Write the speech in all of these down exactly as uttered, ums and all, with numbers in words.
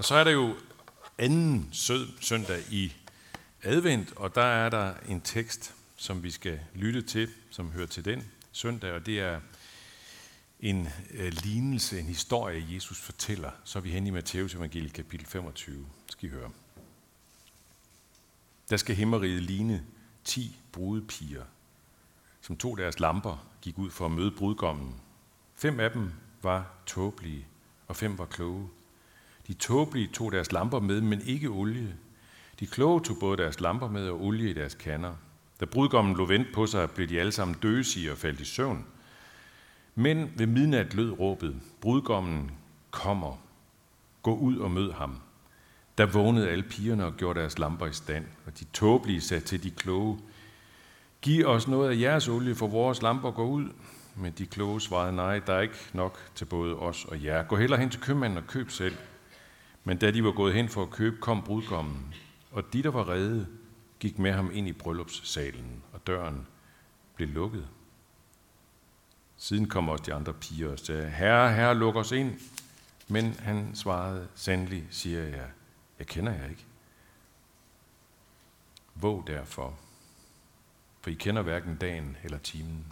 Og så er der jo anden sød søndag i advent, og der er der en tekst, som vi skal lytte til, som hører til den søndag, og det er en øh, lignelse, en historie, Jesus fortæller. Så er vi hen i Matteus evangeliet kapitel femogtyve. Skal I høre. Der skal himmeriget ligne ti brudepiger, som tog deres lamper, gik ud for at møde brudgommen. Fem af dem var tåbelige, og fem var kloge. De tåbelige tog deres lamper med, men ikke olie. De kloge tog både deres lamper med og olie i deres kander. Da brudgommen lå vendt på sig, blev de alle sammen døsige og faldt i søvn. Men ved midnat lød råbet: brudgommen kommer. Gå ud og mød ham. Der vågnede alle pigerne og gjorde deres lamper i stand, og de tåbelige sagde til de kloge: giv os noget af jeres olie, for vores lamper går ud. Men de kloge svarede: nej, der er ikke nok til både os og jer. Gå hellere hen til købmanden og køb selv. Men da de var gået hen for at købe, kom brudgommen, og de, der var rede, gik med ham ind i bryllupssalen, og døren blev lukket. Siden kom også de andre piger og sagde: herre, herre, luk os ind. Men han svarede: sandelig siger jeg, jeg kender jer ikke. Våg derfor, for I kender hverken dagen eller timen.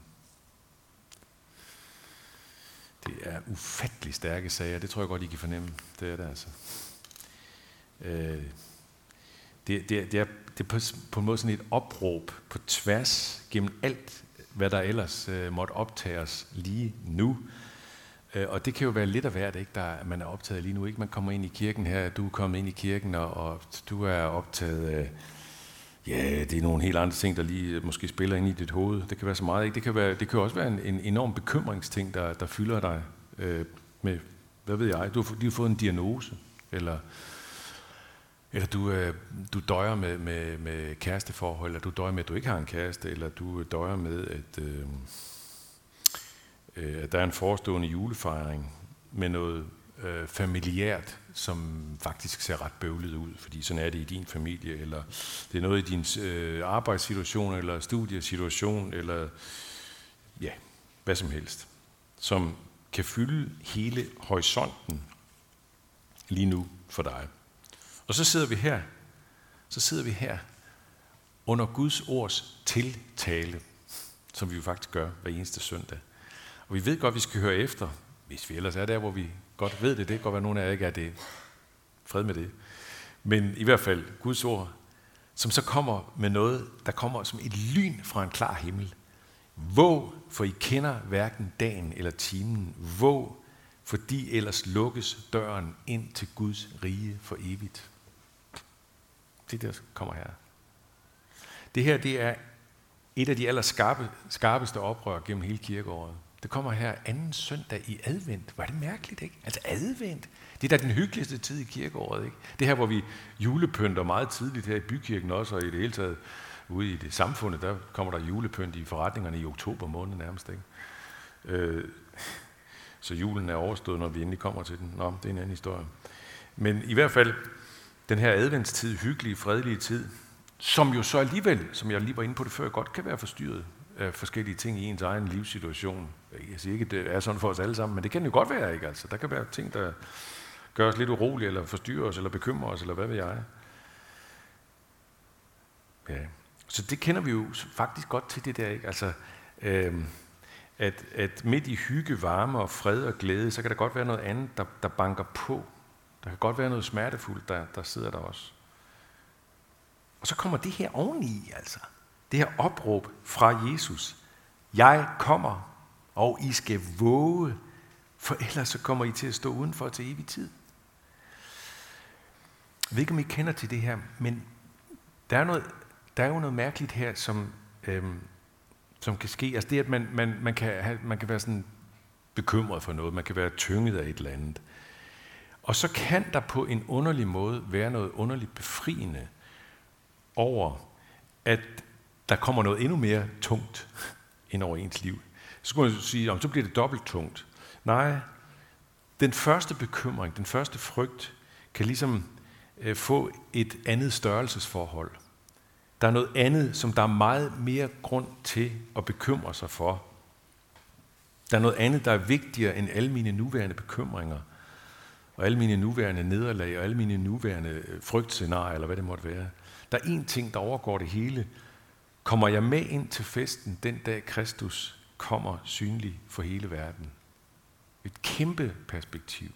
Det er ufattelig stærke sager, det tror jeg godt, I kan fornemme. Det er det altså. Øh, det, det, det er, det er på, på en måde sådan et opråb på tværs gennem alt, hvad der ellers øh, måtte optage os lige nu. Øh, og det kan jo være lidt af hvert, ikke, der man er optaget lige nu. Ikke? Man kommer ind i kirken her, du er kommet ind i kirken, og, og du er optaget af, ja, det er nogle helt andre ting, der lige måske spiller ind i dit hoved. Det kan være så meget, ikke? Det kan, være, det kan også være en, en enorm bekymringsting, der, der fylder dig øh, med, hvad ved jeg, du har, du har fået en diagnose, eller, eller du, øh, du døjer med, med, med kæresteforhold, eller du døjer med, at du ikke har en kæreste, eller du døjer med, at, øh, øh, at der er en forestående julefejring med noget øh, familiært, som faktisk ser ret bøvlet ud, fordi sådan er det i din familie, eller det er noget i din øh, arbejdssituation, eller studiesituation, eller ja, hvad som helst, som kan fylde hele horisonten lige nu for dig. Og så sidder vi her, så sidder vi her under Guds ords tiltale, som vi jo faktisk gør hver eneste søndag. Og vi ved godt, at vi skal høre efter, hvis vi ellers er der, hvor vi godt ved det. Det kan godt være, at nogen af jer ikke er det. Fred med det. Men i hvert fald Guds ord, som så kommer med noget, der kommer som et lyn fra en klar himmel. Våg, for I kender hverken dagen eller timen. Våg, fordi ellers lukkes døren ind til Guds rige for evigt. Det der kommer her. Det her, det er et af de aller skarpe, skarpeste oprør gennem hele kirkeåret. Det kommer her anden søndag i advent. Var det mærkeligt, ikke? Altså advent. Det er da den hyggeligste tid i kirkeåret, ikke? Det her, hvor vi julepynter meget tidligt her i bykirken også, og i det hele taget ude i det samfundet, der kommer der julepynt i forretningerne i oktober måned nærmest, ikke? Øh, så julen er overstået, når vi endelig kommer til den. Nå, det er en anden historie. Men i hvert fald, den her adventstid, hyggelige, fredelige tid, som jo så alligevel, som jeg lige var inde på det før, godt kan være forstyrret af forskellige ting i ens egen livssituation. Jeg siger ikke, at det er sådan for os alle sammen, men det kan jo godt være, ikke? Altså, der kan være ting, der gør os lidt urolige, eller forstyrrer os, eller bekymrer os, eller hvad ved jeg. Ja. Så det kender vi jo faktisk godt til det der, ikke? Altså, øhm, at, at midt i hygge, varme og fred og glæde, så kan der godt være noget andet, der, der banker på. Der kan godt være noget smertefuldt, der, der sidder der også. Og så kommer det her oveni, altså. Det her opråb fra Jesus. Jeg kommer, og I skal våge, for ellers så kommer I til at stå udenfor til evig tid. Jeg ved ikke, om I kender til det her, men der er, noget, der er jo noget mærkeligt her, som, øhm, som kan ske. Altså det, at man, man, man, kan have, man kan være sådan bekymret for noget, man kan være tynget af et eller andet. Og så kan der på en underlig måde være noget underligt befriende over, at der kommer noget endnu mere tungt ind over ens liv. Så skulle man sige, om så bliver det dobbelt tungt. Nej, den første bekymring, den første frygt, kan ligesom øh, få et andet størrelsesforhold. Der er noget andet, som der er meget mere grund til at bekymre sig for. Der er noget andet, der er vigtigere end alle mine nuværende bekymringer. og alle mine nuværende nederlag, og alle mine nuværende frygtscenarier, eller hvad det måtte være. Der er én ting, der overgår det hele. Kommer jeg med ind til festen den dag Kristus kommer synlig for hele verden? Et kæmpe perspektiv.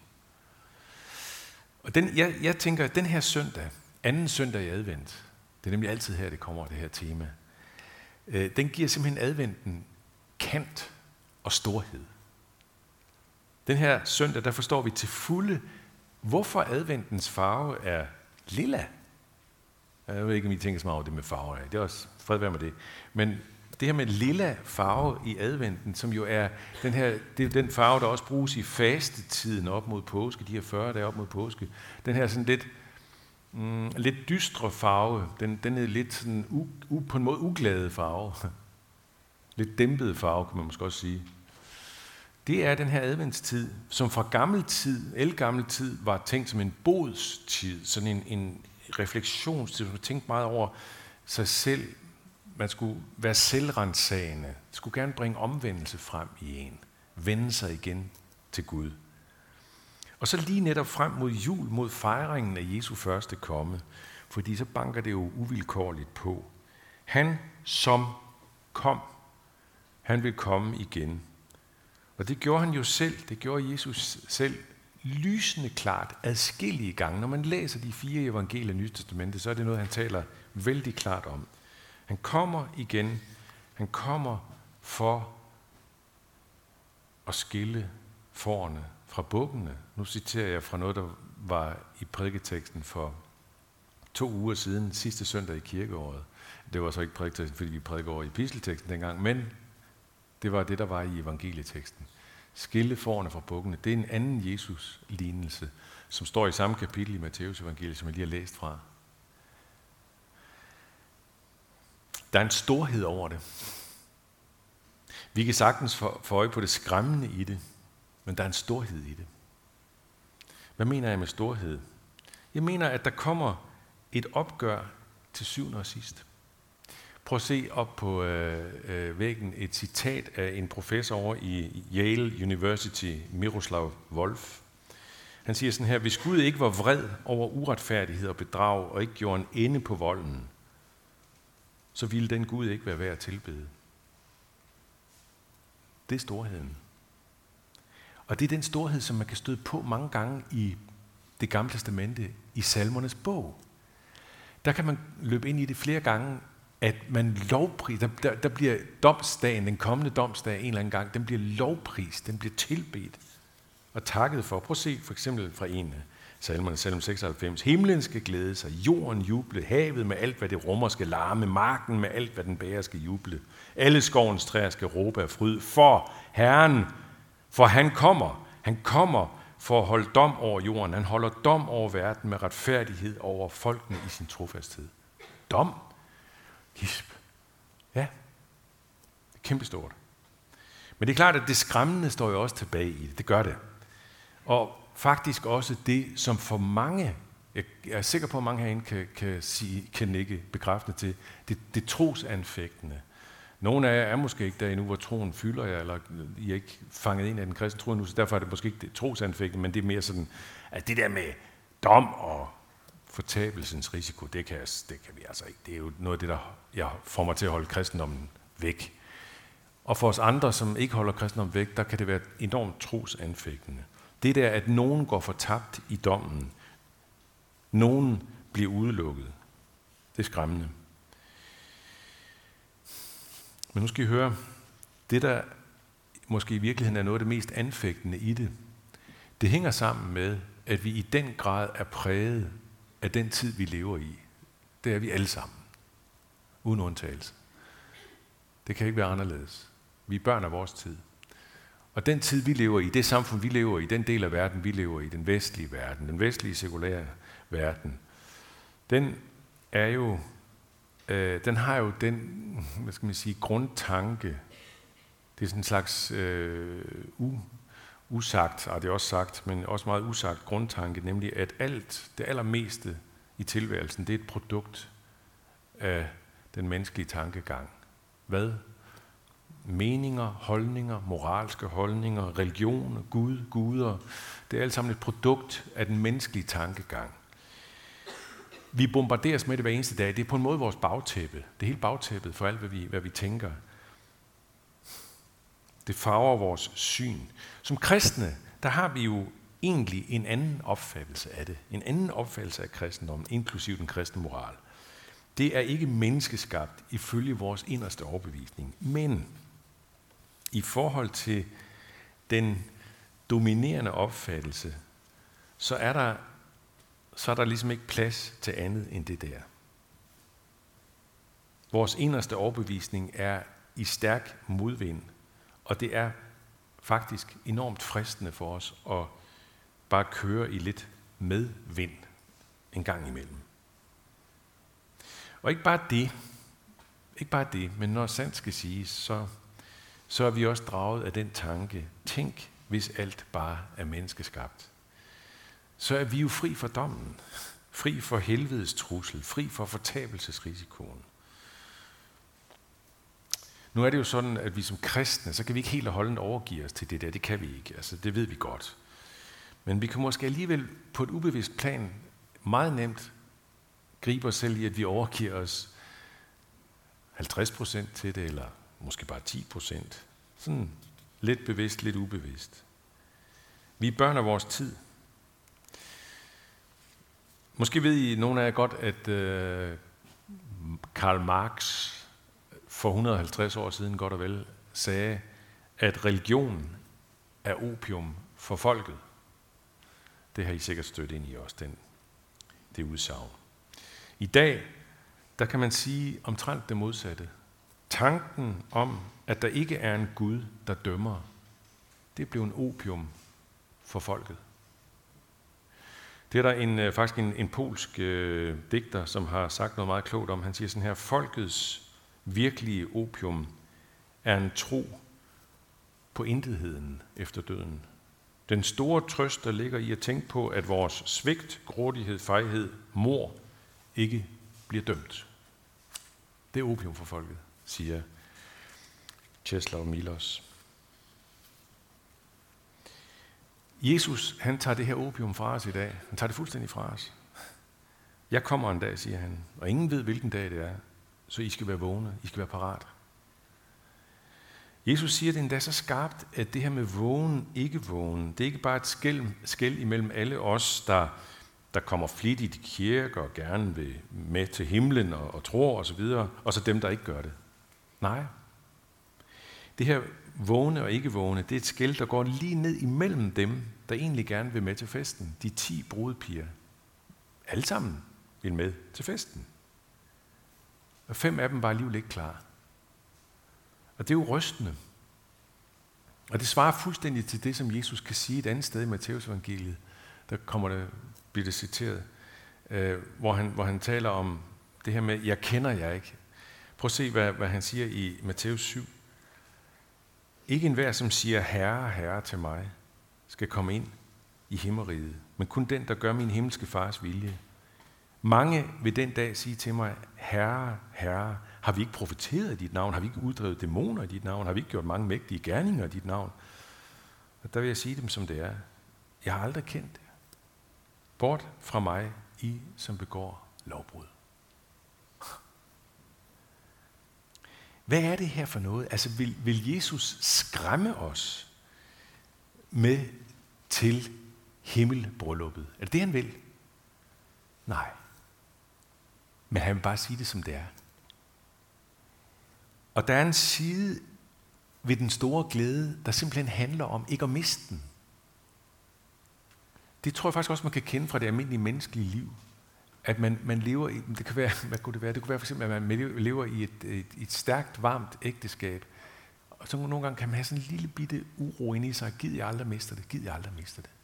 Og den, jeg, jeg tænker, at den her søndag, anden søndag i advent, det er nemlig altid her, det kommer, det her tema, øh, den giver simpelthen adventen kant og storhed. Den her søndag, der forstår vi til fulde, hvorfor adventens farve er lilla. Jeg ved ikke, om I tænker så meget over det med farver. Det er også fred være med det. Men det her med lilla farve i adventen, som jo er den her, det er den farve, der også bruges i fastetiden op mod påske, de her fyrre dage op mod påske. Den her sådan lidt, mm, lidt dystre farve, den, den er lidt sådan u, u, på en måde uglade farve. Lidt dæmpet farve, kan man måske også sige. Det er den her adventstid, som fra gammel tid, ældgammel tid, var tænkt som en bodstid, sådan en, en refleksionstid, man tænkte meget over sig selv. Man skulle være selvrensagende, skulle gerne bringe omvendelse frem i en, vende sig igen til Gud. Og så lige netop frem mod jul, mod fejringen af Jesu første komme, fordi så banker det jo uvilkårligt på. Han som kom, han vil komme igen. Og det gjorde han jo selv, det gjorde Jesus selv lysende klart adskillige gange. Når man læser de fire evangelier i Nye Testamente, så er det noget, han taler vældig klart om. Han kommer igen, han kommer for at skille fårene fra bukkene. Nu citerer jeg fra noget, der var i prædiketeksten for to uger siden, sidste søndag i kirkeåret. Det var så ikke prædiketeksten, fordi vi prædikede over i epistelteksten dengang, men det var det, der var i evangelieteksten. Skille fårene fra bukkene. Det er en anden Jesus-lignelse, som står i samme kapitel i Matteus evangeliet, som jeg lige har læst fra. Der er en storhed over det. Vi kan sagtens få øje på det skræmmende i det, men der er en storhed i det. Hvad mener jeg med storhed? Jeg mener, at der kommer et opgør til syvende og sidst. Prøv at se op på øh, øh, væggen et citat af en professor over i Yale University, Miroslav Volf. Han siger sådan her: hvis Gud ikke var vred over uretfærdighed og bedrag, og ikke gjorde en ende på volden, så ville den Gud ikke være værd at tilbede. Det er storheden. Og det er den storhed, som man kan støde på mange gange i Det Gamle Testamente, i Salmernes bog. Der kan man løbe ind i det flere gange, at man lovpriser, der, der, der bliver domsdagen, den kommende domsdag en eller anden gang, den bliver lovprist, den bliver tilbedt og takket for. Prøv at se for eksempel fra en af salmerne, salm seksoghalvfems. Himlen skal glæde sig, jorden juble, havet med alt, hvad det rummer skal larme, marken med alt, hvad den bærer skal juble. Alle skovens træer skal råbe af fryd, for Herren, for han kommer, han kommer for at holde dom over jorden. Han holder dom over verden med retfærdighed over folkene i sin trofasthed. Dom? Gisp. Ja, det er kæmpestort. Men det er klart, at det skræmmende står jo også tilbage i det. Det gør det. Og faktisk også det, som for mange, jeg er sikker på, at mange herinde kan, kan, sige, kan nikke bekræftende til, det, det trosanfægtende. Nogle af jer er måske ikke der endnu, hvor troen fylder jer, eller I er ikke fanget ind af den kristne tro endnu, så derfor er det måske ikke det trosanfægtende, men det er mere sådan, at det der med dom og fortabelsens risiko, det kan, det kan vi altså ikke. Det er jo noget af det, der jeg får mig til at holde kristendommen væk. Og for os andre, som ikke holder kristendommen væk, der kan det være enormt trosanfægtende. Det der, at nogen går fortabt i dommen, nogen bliver udelukket, det er skræmmende. Men nu skal I høre, det der måske i virkeligheden er noget af det mest anfægtende i det, det hænger sammen med, at vi i den grad er præget af den tid, vi lever i. Det er vi alle sammen, uden undtagelse. Det kan ikke være anderledes. Vi er børn af vores tid. Og den tid, vi lever i, det samfund, vi lever i, den del af verden, vi lever i, den vestlige verden, den vestlige sekulære verden, den er jo, øh, den har jo den, hvad skal man sige, grundtanke. Det er sådan en slags øh, u, usagt, og det er også sagt, men også meget usagt grundtanke, nemlig at alt, det allermeste i tilværelsen, det er et produkt af den menneskelige tankegang. Hvad? meninger, holdninger, moralske holdninger, religion, Gud, guder. Det er alt sammen et produkt af den menneskelige tankegang. Vi bombarderes med det hver eneste dag. Det er på en måde vores bagtæppe. Det er helt bagtæppet for alt, hvad vi, hvad vi tænker. Det farver vores syn. Som kristne, der har vi jo egentlig en anden opfattelse af det. En anden opfattelse af kristendommen, inklusiv den kristne moral. Det er ikke menneskeskabt ifølge vores inderste overbevisning. Men i forhold til den dominerende opfattelse, så er der, så er der ligesom ikke plads til andet end det der. Vores inderste overbevisning er i stærk modvind, og det er faktisk enormt fristende for os at bare køre i lidt medvind en gang imellem. Og ikke bare det, ikke bare det, men når sandt skal siges, så, så er vi også draget af den tanke, tænk, hvis alt bare er menneskeskabt. Så er vi jo fri for dommen, fri for helvedes trussel, fri for fortabelsesrisikoen. Nu er det jo sådan, at vi som kristne, så kan vi ikke helt og holdent overgive os til det der. Det kan vi ikke, altså det ved vi godt. Men vi kan måske alligevel på et ubevidst plan meget nemt gribe os selv i, at vi overgiver os halvtreds procent til det, eller måske bare ti procent. Sådan lidt bevidst, lidt ubevidst. Vi er børn af vores tid. Måske ved I, nogle af jer godt, at øh, Karl Marx for et hundrede og halvtreds år siden godt og vel sagde, at religion er opium for folket. Det har I sikkert stødt ind i også, den, det udsagn. I dag, der kan man sige omtrent det modsatte. Tanken om, at der ikke er en Gud, der dømmer, det blev en opium for folket. Det er der en, faktisk en, en polsk øh, digter, som har sagt noget meget klogt om. Han siger sådan her, folkets virkelige opium er en tro på intetheden efter døden. Den store trøst, der ligger i at tænke på, at vores svigt, grådighed, fejhed, mord ikke bliver dømt. Det er opium for folket, siger Czeslaw Milosz. Jesus, han tager det her opium fra os i dag. Han tager det fuldstændig fra os. Jeg kommer en dag, siger han, og ingen ved, hvilken dag det er, så I skal være vågne, I skal være parat. Jesus siger det endda så skarpt, at det her med vågen, ikke vågen, det er ikke bare et skel, skel imellem alle os, der, der kommer flittigt i kirke og gerne vil med til himlen og, og tror osv., og, og så dem, der ikke gør det. Nej. Det her vågne og ikke vågne, det er et skel, der går lige ned imellem dem, der egentlig gerne vil med til festen. De ti brudepiger. Alle sammen vil med til festen. Og fem af dem var alligevel ikke klar. Og det er jo rystende. Og det svarer fuldstændig til det, som Jesus kan sige et andet sted i Matteus evangeliet. Der kommer det, bliver det citeret, øh, hvor, han, hvor han taler om det her med, jeg kender jer ikke. Prøv at se, hvad, hvad han siger i Matteus syv. Ikke enhver, som siger, herre, herre til mig, skal komme ind i himmeriget, men kun den, der gør min himmelske fars vilje. Mange vil den dag sige til mig, herre, herre, har vi ikke profeteret i dit navn? Har vi ikke uddrevet dæmoner i dit navn? Har vi ikke gjort mange mægtige gerninger i dit navn? Og der vil jeg sige dem, som det er. Jeg har aldrig kendt det. Bort fra mig, I som begår lovbrud. Hvad er det her for noget? Altså, vil, vil Jesus skræmme os med til himmelbrylluppet? Er det det, han vil? Nej. Men han vil bare sige det, som det er. Og der er en side ved den store glæde, der simpelthen handler om ikke at miste den. Det tror jeg faktisk også, man kan kende fra det almindelige menneskelige liv. At man, man lever i, det kan være, hvad kunne det være? Det kunne være for eksempel, at man lever i et, et, et stærkt, varmt ægteskab. Og så nogle gange kan man have sådan en lille bitte uro inde i sig. Gid jeg aldrig mister det, gid jeg aldrig mister det.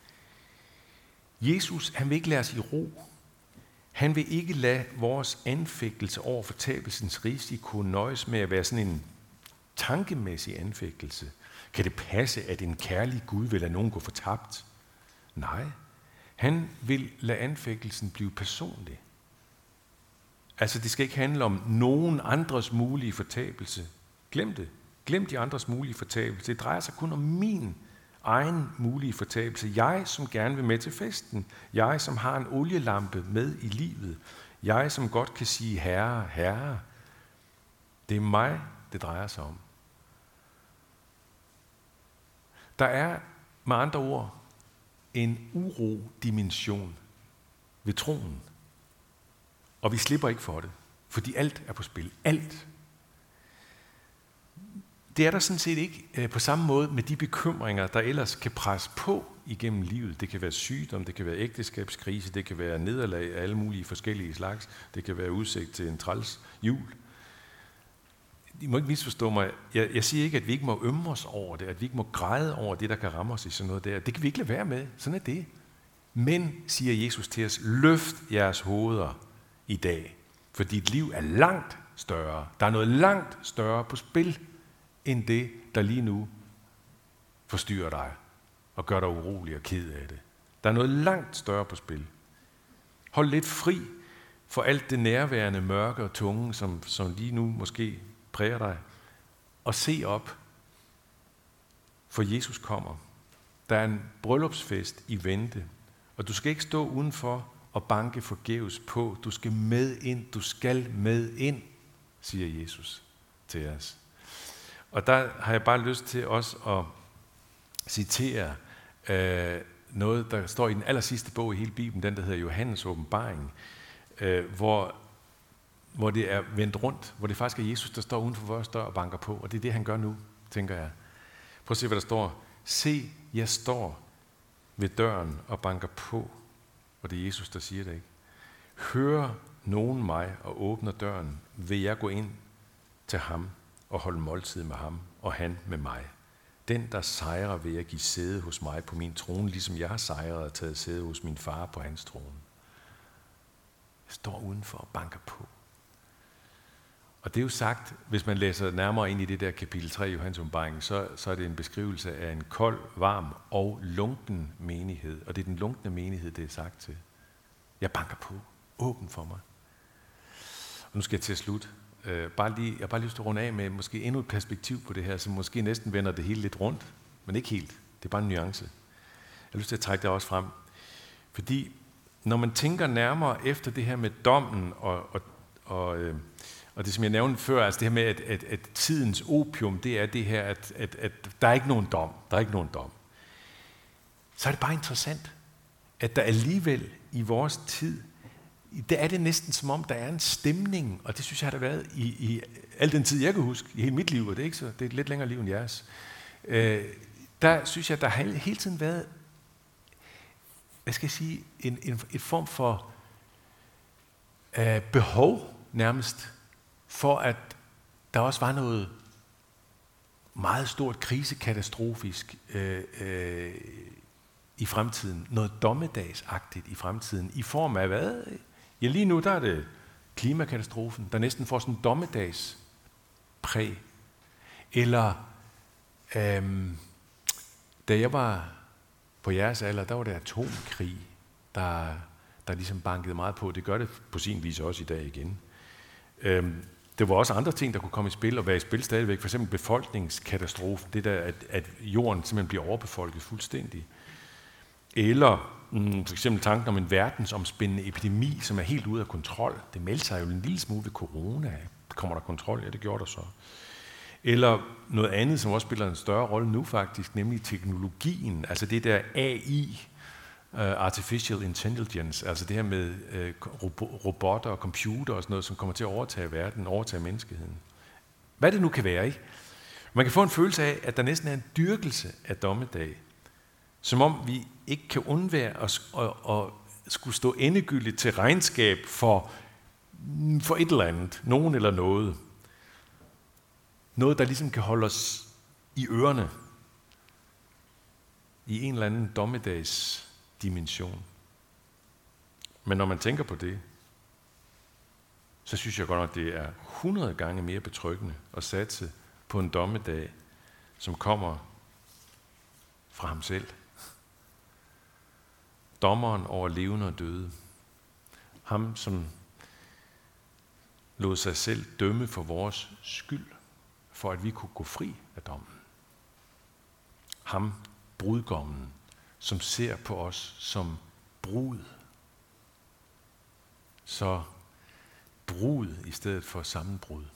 Jesus, han vil ikke lade os i ro. Han vil ikke lade vores anfægtelse over fortabelsens risiko nøjes med at være sådan en tankemæssig anfægtelse. Kan det passe, at en kærlig Gud vil lade nogen gå fortabt? Nej. Han vil lade anfægtelsen blive personlig. Altså, det skal ikke handle om nogen andres mulige fortabelse. Glem det. Glem de andres mulige fortabelse. Det drejer sig kun om min egen mulige fortabelse. Jeg, som gerne vil med til festen. Jeg, som har en olielampe med i livet. Jeg, som godt kan sige herre, herre. Det er mig, det drejer sig om. Der er med andre ord en uro-dimension ved troen. Og vi slipper ikke for det, fordi alt er på spil. Alt. Det er der sådan set ikke på samme måde med de bekymringer, der ellers kan presse på igennem livet. Det kan være sygdom, det kan være ægteskabskrise, det kan være nederlag af alle mulige forskellige slags, det kan være udsigt til en træls jul. I må ikke misforstå mig. Jeg, jeg siger ikke, at vi ikke må ømme os over det, at vi ikke må græde over det, der kan ramme os i sådan noget der. Det kan vi ikke lade være med. Sådan er det. Men, siger Jesus til os, løft jeres hoveder i dag, for dit liv er langt større. Der er noget langt større på spil, end det, der lige nu forstyrrer dig og gør dig urolig og ked af det. Der er noget langt større på spil. Hold lidt fri for alt det nærværende mørke og tunge, som, som lige nu måske præger dig, og se op, for Jesus kommer. Der er en bryllupsfest i vente, og du skal ikke stå udenfor og banke forgæves på. Du skal med ind, du skal med ind, siger Jesus til os. Og der har jeg bare lyst til også at citere øh, noget, der står i den aller sidste bog i hele Bibelen, den der hedder Johannes åbenbaring, øh, hvor, hvor det er vendt rundt, hvor det faktisk er Jesus, der står uden for vores dør og banker på, og det er det, han gør nu, tænker jeg. Prøv at se, hvad der står. Se, jeg står ved døren og banker på, og det er Jesus, der siger det, ikke? Hører nogen mig og åbner døren, vil jeg gå ind til ham og holde måltid med ham, og han med mig. Den, der sejrer, vil jeg give sæde hos mig på min trone, ligesom jeg har sejret og taget sæde hos min far på hans trone. Jeg står udenfor og banker på. Og det er jo sagt, hvis man læser nærmere ind i det der kapitel tre i Johannes åbenbaring, så, så er det en beskrivelse af en kold, varm og lunken menighed. Og det er den lunkne menighed, det er sagt til. Jeg banker på. Åbn for mig. Og nu skal jeg til at slutte. Uh, bare lige, jeg har bare lyst til at runde af med måske endnu et perspektiv på det her, som måske næsten vender det hele lidt rundt, men ikke helt. Det er bare en nuance. Jeg har lyst til at trække det også frem. Fordi når man tænker nærmere efter det her med dommen, og, og, og, øh, og det som jeg nævnte før, altså det her med, at, at, at tidens opium, det er det her, at, at, at der er ikke nogen dom. Der er ikke nogen dom. Så er det bare interessant, at der alligevel i vores tid, der er det næsten som om, der er en stemning, og det synes jeg har der været i, i al den tid, jeg kan huske, i hele mit liv, og det er ikke så, det er et lidt længere liv end jeres. Øh, der synes jeg, der har hele tiden været, hvad skal jeg sige, en, en, en form for øh, behov nærmest, for at der også var noget meget stort krisekatastrofisk øh, øh, i fremtiden, noget dommedagsagtigt i fremtiden, i form af hvad? Ja, lige nu der er det klimakatastrofen, der næsten får sådan en dommedagspræg. Eller øhm, da jeg var på jeres alder, der var det atomkrig, der, der ligesom bankede meget på. Det gør det på sin vis også i dag igen. Øhm, det var også andre ting, der kunne komme i spil og være i spil stadigvæk. For eksempel befolkningskatastrofen, det der, at, at jorden simpelthen bliver overbefolket fuldstændig. Eller mm, for eksempel tanken om en verdensomspændende epidemi, som er helt ude af kontrol. Det meldte sig jo en lille smule ved corona. Kommer der kontrol? Ja, det gjorde der så. Eller noget andet, som også spiller en større rolle nu faktisk, nemlig teknologien. Altså det der A I, uh, Artificial Intelligence, altså det her med uh, robotter og computer og sådan noget, som kommer til at overtage verden, overtage menneskeheden. Hvad det nu kan være, ikke? Man kan få en følelse af, at der næsten er en dyrkelse af dommedag. Som om vi ikke kan undvære at, at, at skulle stå endegyldigt til regnskab for, for et eller andet, nogen eller noget. Noget, der ligesom kan holde os i ørerne i en eller anden dommedagsdimension. Men når man tænker på det, så synes jeg godt nok, at det er hundrede gange mere betryggende at satse på en dommedag, som kommer fra ham selv. Dommeren over levende og døde. Ham, som lod sig selv dømme for vores skyld, for at vi kunne gå fri af dommen. Ham, brudgommen, som ser på os som brud. Så brud i stedet for sammenbrud.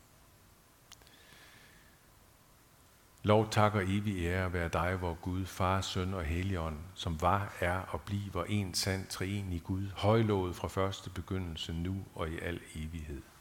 Lov, tak og evig ære være dig, vor Gud, Far, Søn og Helligånd, som var, er og bliver en sand treenig Gud, højlovet fra første begyndelse, nu og i al evighed.